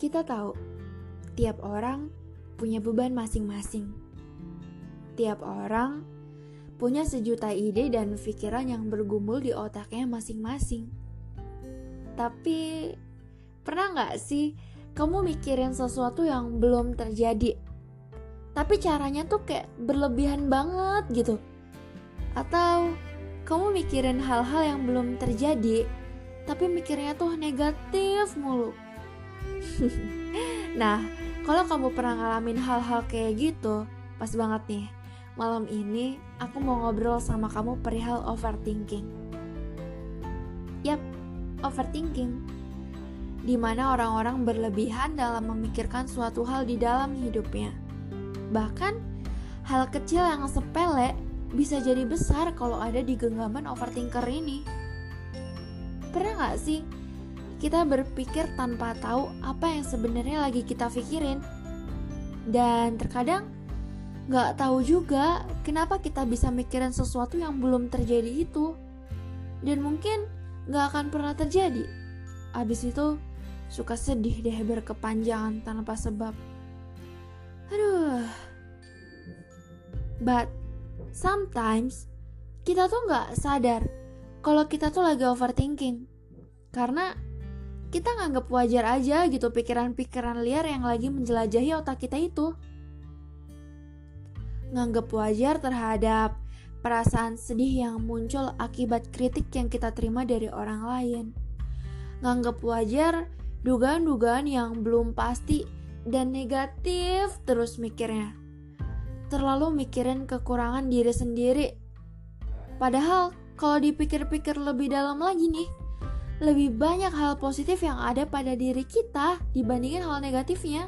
Kita tahu, tiap orang punya beban masing-masing. Tiap orang punya sejuta ide dan pikiran yang bergumul di otaknya masing-masing. Tapi, pernah gak sih kamu mikirin sesuatu yang belum terjadi? Tapi caranya tuh kayak berlebihan banget gitu. Atau kamu mikirin hal-hal yang belum terjadi, tapi mikirnya tuh negatif mulu. Nah, kalau kamu pernah ngalamin hal-hal kayak gitu, pas banget nih. Malam ini aku mau ngobrol sama kamu perihal overthinking. Yap, overthinking. Dimana orang-orang berlebihan dalam memikirkan suatu hal di dalam hidupnya. Bahkan, hal kecil yang sepele bisa jadi besar kalau ada di genggaman overthinker ini. Pernah gak sih kita berpikir tanpa tahu apa yang sebenarnya lagi kita pikirin? Dan terkadang gak tahu juga kenapa kita bisa mikirin sesuatu yang belum terjadi itu. Dan mungkin gak akan pernah terjadi. Abis itu suka sedih deh berkepanjangan tanpa sebab. Aduh. But sometimes kita tuh gak sadar kalau kita tuh lagi overthinking. Karena kita nganggap wajar aja gitu pikiran-pikiran liar yang lagi menjelajahi otak kita itu. Nganggap wajar terhadap perasaan sedih yang muncul akibat kritik yang kita terima dari orang lain. Nganggap wajar dugaan-dugaan yang belum pasti dan negatif terus mikirnya. Terlalu mikirin kekurangan diri sendiri. Padahal kalau dipikir-pikir lebih dalam lagi nih, lebih banyak hal positif yang ada pada diri kita dibandingin hal negatifnya.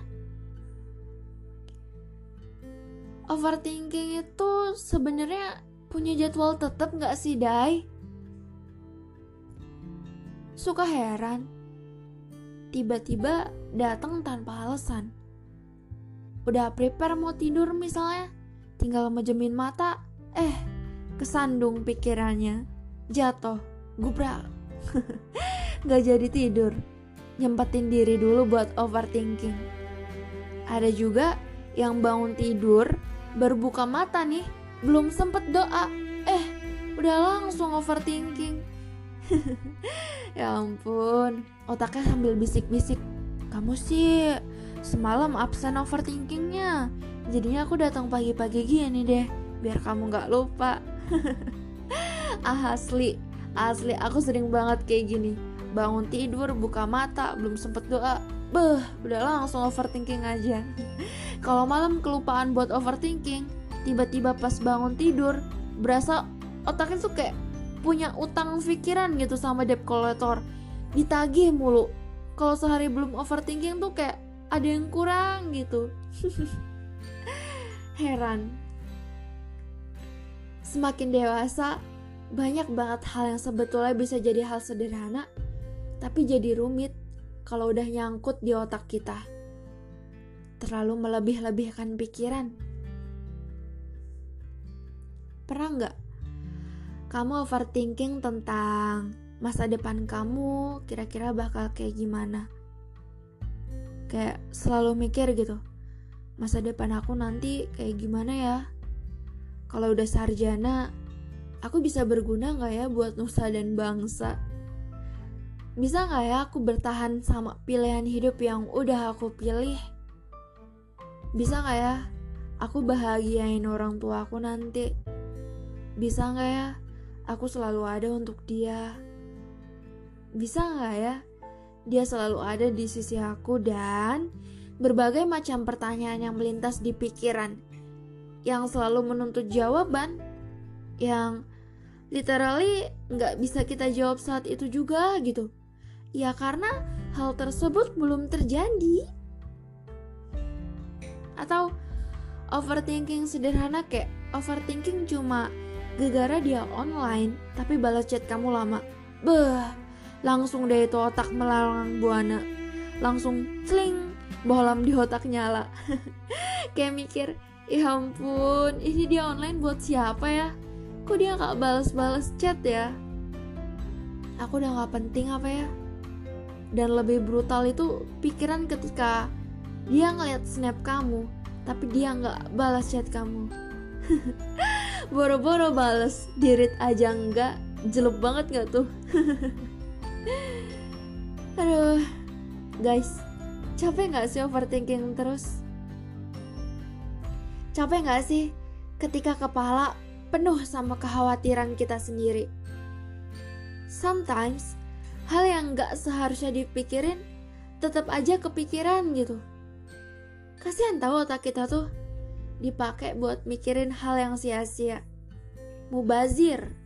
Overthinking itu sebenarnya punya jadwal tetap gak sih, Dai? Suka heran, tiba-tiba datang tanpa alasan. Udah prepare mau tidur misalnya, tinggal mejemin mata, kesandung pikirannya, jatuh, gubrak. Gak jadi tidur, nyempetin diri dulu buat overthinking. Ada juga yang bangun tidur, baru buka mata nih, belum sempet doa, udah langsung overthinking. Ya ampun, otaknya sambil bisik-bisik, kamu sih semalam absen overthinkingnya, jadinya aku datang pagi-pagi gini deh, biar kamu gak lupa. Asli aku sering banget kayak gini. Bangun tidur, buka mata, belum sempet doa, udah langsung overthinking aja. Kalau malam kelupaan buat overthinking, tiba-tiba pas bangun tidur, berasa otaknya tuh kayak punya utang pikiran gitu sama debt collector, ditagih mulu. Kalau sehari belum overthinking tuh kayak ada yang kurang gitu. Heran. Semakin dewasa, banyak banget hal yang sebetulnya bisa jadi hal sederhana, tapi jadi rumit kalau udah nyangkut di otak kita. Terlalu melebih-lebihkan pikiran. Pernah gak kamu overthinking tentang masa depan kamu kira-kira bakal kayak gimana? Kayak selalu mikir gitu, masa depan aku nanti kayak gimana ya? Kalau udah sarjana, aku bisa berguna gak ya buat nusa dan bangsa? Bisa gak ya aku bertahan sama pilihan hidup yang udah aku pilih? Bisa gak ya aku bahagiain orang tua aku nanti? Bisa gak ya aku selalu ada untuk dia? Bisa gak ya dia selalu ada di sisi aku? Dan berbagai macam pertanyaan yang melintas di pikiran, yang selalu menuntut jawaban, yang literally gak bisa kita jawab saat itu juga gitu. Ya karena hal tersebut belum terjadi. Atau overthinking sederhana kayak overthinking cuma gara-gara dia online tapi balas chat kamu lama. Langsung deh itu otak melalang buana, langsung celing, bohlam di otak nyala. Kayak mikir, ya ampun, ini dia online buat siapa ya? Kok dia gak balas-balas chat ya? Aku udah gak penting apa ya? Dan lebih brutal itu pikiran ketika dia ngeliat snap kamu, tapi dia gak balas chat kamu. Boro-boro balas, di-read aja enggak. Jelek banget gak tuh? Aduh, guys, capek gak sih overthinking terus? Capek gak sih ketika kepala penuh sama kekhawatiran kita sendiri? Sometimes hal yang gak seharusnya dipikirin tetap aja kepikiran gitu. Kasian tahu otak kita tuh dipakai buat mikirin hal yang sia-sia. Mubazir.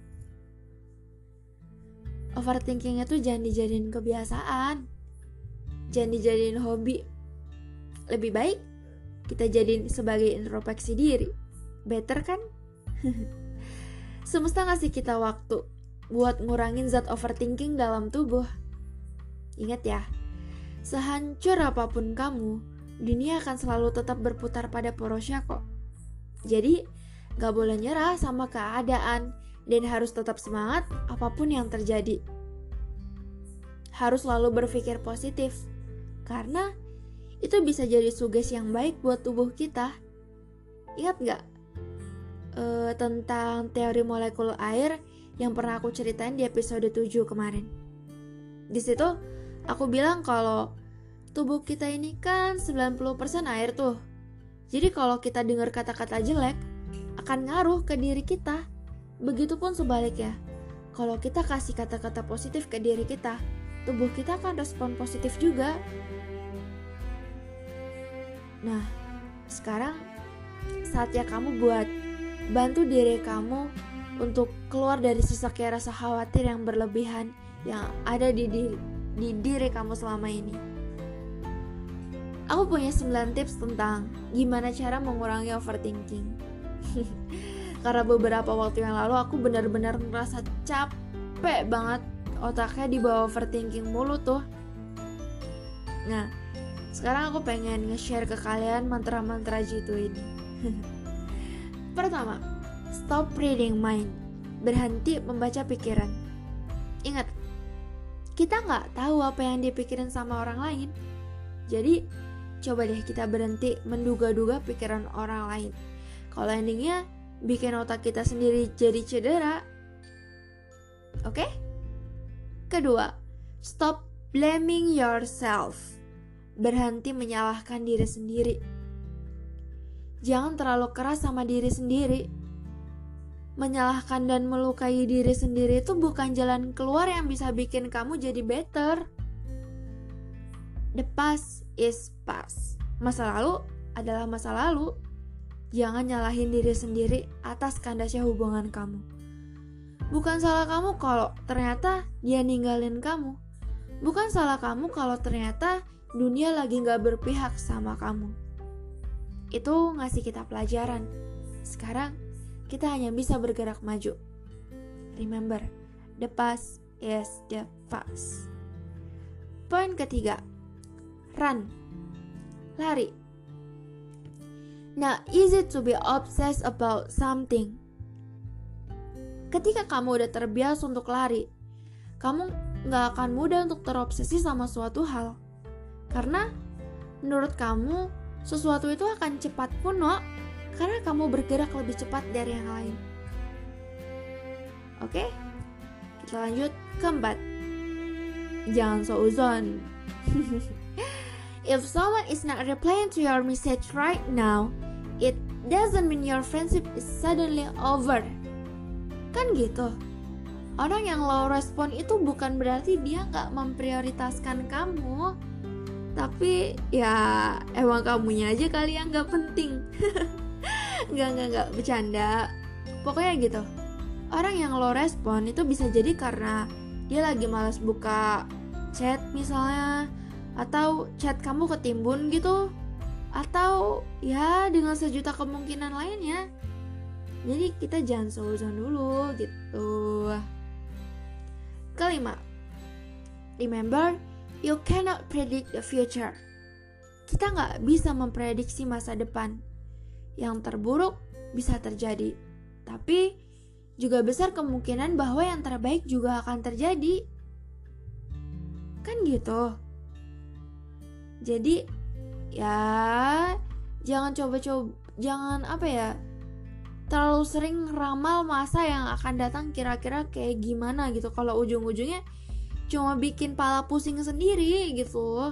Overthinking itu jangan dijadiin kebiasaan, jangan dijadiin hobi. Lebih baik kita jadiin sebagai introspeksi diri. Better kan? Semesta ngasih kita waktu buat ngurangin zat overthinking dalam tubuh. Ingat ya, sehancur apapun kamu, dunia akan selalu tetap berputar pada porosnya kok. Jadi, gak boleh nyerah sama keadaan dan harus tetap semangat apapun yang terjadi. Harus selalu berpikir positif, karena itu bisa jadi sugesti yang baik buat tubuh kita. Ingat gak tentang teori molekul air yang pernah aku ceritain di episode 7 kemarin? Di situ aku bilang kalau tubuh kita ini kan 90% air tuh. Jadi kalau kita dengar kata-kata jelek akan ngaruh ke diri kita. Begitupun sebaliknya. Kalau kita kasih kata-kata positif ke diri kita, tubuh kita akan respon positif juga. Nah, sekarang saatnya kamu buat bantu diri kamu untuk keluar dari sesaknya rasa khawatir yang berlebihan yang ada di diri kamu selama ini. Aku punya 9 tips tentang gimana cara mengurangi overthinking. Karena beberapa waktu yang lalu aku benar-benar ngerasa capek banget, otaknya dibawa overthinking mulu tuh. Nah, sekarang aku pengen nge-share ke kalian mantra-mantra jitu ini. Pertama, stop reading mind. Berhenti membaca pikiran. Ingat, kita gak tahu apa yang dipikirin sama orang lain. Jadi, coba deh kita berhenti menduga-duga pikiran orang lain. Kalau endingnya bikin otak kita sendiri jadi cedera. Oke? Kedua, stop blaming yourself. Berhenti menyalahkan diri sendiri. Jangan terlalu keras sama diri sendiri. Menyalahkan dan melukai diri sendiri itu bukan jalan keluar yang bisa bikin kamu jadi better. The past is past. Masa lalu adalah masa lalu. Jangan nyalahin diri sendiri atas kandasnya hubungan kamu. Bukan salah kamu kalau ternyata dia ninggalin kamu. Bukan salah kamu kalau ternyata dunia lagi gak berpihak sama kamu. Itu ngasih kita pelajaran. Sekarang kita hanya bisa bergerak maju. Remember, the past is the past. Poin ketiga, run. Lari. Now, easy to be obsessed about something. Ketika kamu udah terbiasa untuk lari, kamu gak akan mudah untuk terobsesi sama suatu hal. Karena menurut kamu, sesuatu itu akan cepat kuno karena kamu bergerak lebih cepat dari yang lain. Oke? Kita lanjut keempat. Jangan seuzon. If someone is not replying to your message right now, it doesn't mean your friendship is suddenly over. Kan gitu. Orang yang low respon itu bukan berarti dia gak memprioritaskan kamu. Tapi ya emang kamunya aja kali yang gak penting. Enggak, bercanda. Pokoknya gitu. Orang yang low respon itu bisa jadi karena dia lagi malas buka chat misalnya, atau chat kamu ketimbun gitu, atau ya dengan sejuta kemungkinan lainnya. Jadi kita jangan seuzon dulu gitu. Kelima, remember, you cannot predict the future. Kita gak bisa memprediksi masa depan. Yang terburuk bisa terjadi, tapi juga besar kemungkinan bahwa yang terbaik juga akan terjadi. Kan gitu. Jadi ya jangan terlalu sering ramal masa yang akan datang kira-kira kayak gimana gitu, kalau ujung-ujungnya cuma bikin pala pusing sendiri gitu.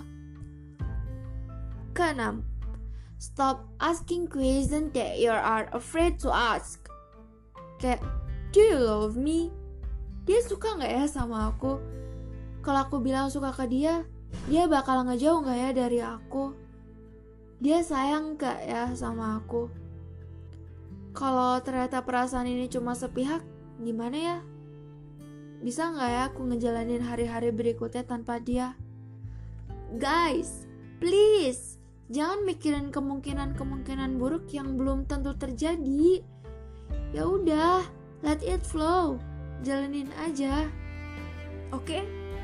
Keenam, stop asking questions that you are afraid to ask. Kayak, do you love me? Dia suka gak ya sama aku? Kalau aku bilang suka ke dia bakal ngejauh gak ya dari aku? Dia sayang gak ya sama aku? Kalau ternyata perasaan ini cuma sepihak, gimana ya? Bisa gak ya aku ngejalanin hari-hari berikutnya tanpa dia? Guys, please, jangan mikirin kemungkinan-kemungkinan buruk yang belum tentu terjadi. Ya udah, let it flow. Jalanin aja. Oke?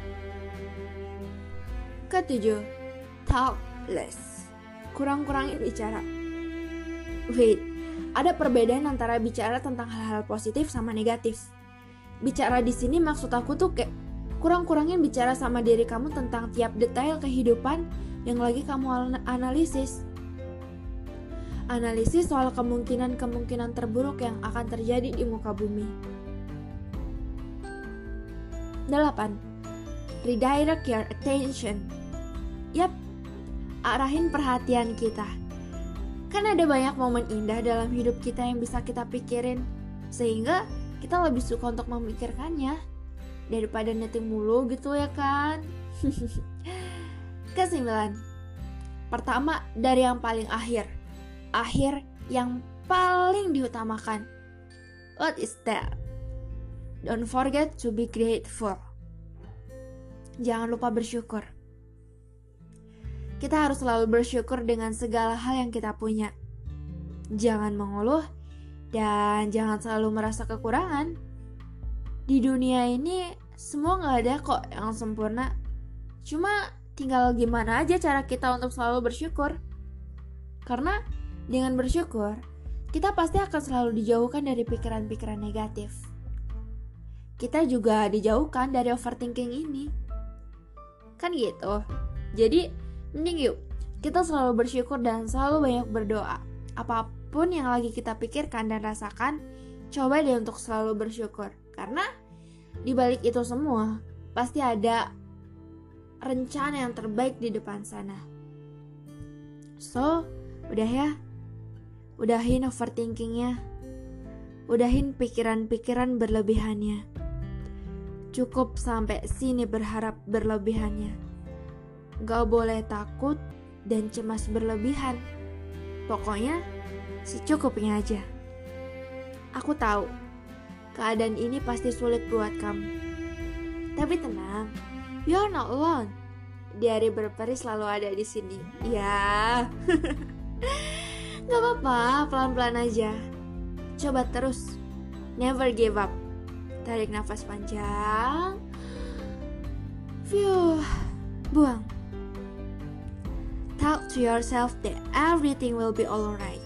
Ketujuh, talk less. Kurang-kurangin bicara. Wait, ada perbedaan antara bicara tentang hal-hal positif sama negatif. Bicara di sini maksud aku tuh kayak kurang-kurangin bicara sama diri kamu tentang tiap detail kehidupan yang lagi kamu analisis. Analisis soal kemungkinan-kemungkinan terburuk yang akan terjadi di muka bumi. 8. Redirect your attention. Yap, arahin perhatian kita. Kan ada banyak momen indah dalam hidup kita yang bisa kita pikirin, sehingga kita lebih suka untuk memikirkannya daripada netting mulu gitu ya kan. Ke-9. Pertama, dari yang paling akhir yang paling diutamakan. What is that? Don't forget to be grateful. Jangan lupa bersyukur. Kita harus selalu bersyukur dengan segala hal yang kita punya. Jangan mengeluh dan jangan selalu merasa kekurangan. Di dunia ini semua gak ada kok yang sempurna. Cuma tinggal gimana aja cara kita untuk selalu bersyukur. Karena dengan bersyukur, kita pasti akan selalu dijauhkan dari pikiran-pikiran negatif. Kita juga dijauhkan dari overthinking ini. Kan gitu. Jadi, mending yuk kita selalu bersyukur dan selalu banyak berdoa. Apapun yang lagi kita pikirkan dan rasakan, coba deh untuk selalu bersyukur. Karena di balik itu semua, pasti ada rencana yang terbaik di depan sana. So, udah ya. Udahin overthinkingnya. Udahin pikiran-pikiran berlebihannya. Cukup sampai sini berharap berlebihannya. Gak boleh takut dan cemas berlebihan. Pokoknya secukupnya aja. Aku tahu keadaan ini pasti sulit buat kamu. Tapi tenang, you're not alone. Diari berperi selalu ada di sini. Ya. Gak apa-apa, pelan-pelan aja. Coba terus. Never give up. Tarik nafas panjang. Buang. Talk to yourself that everything will be alright.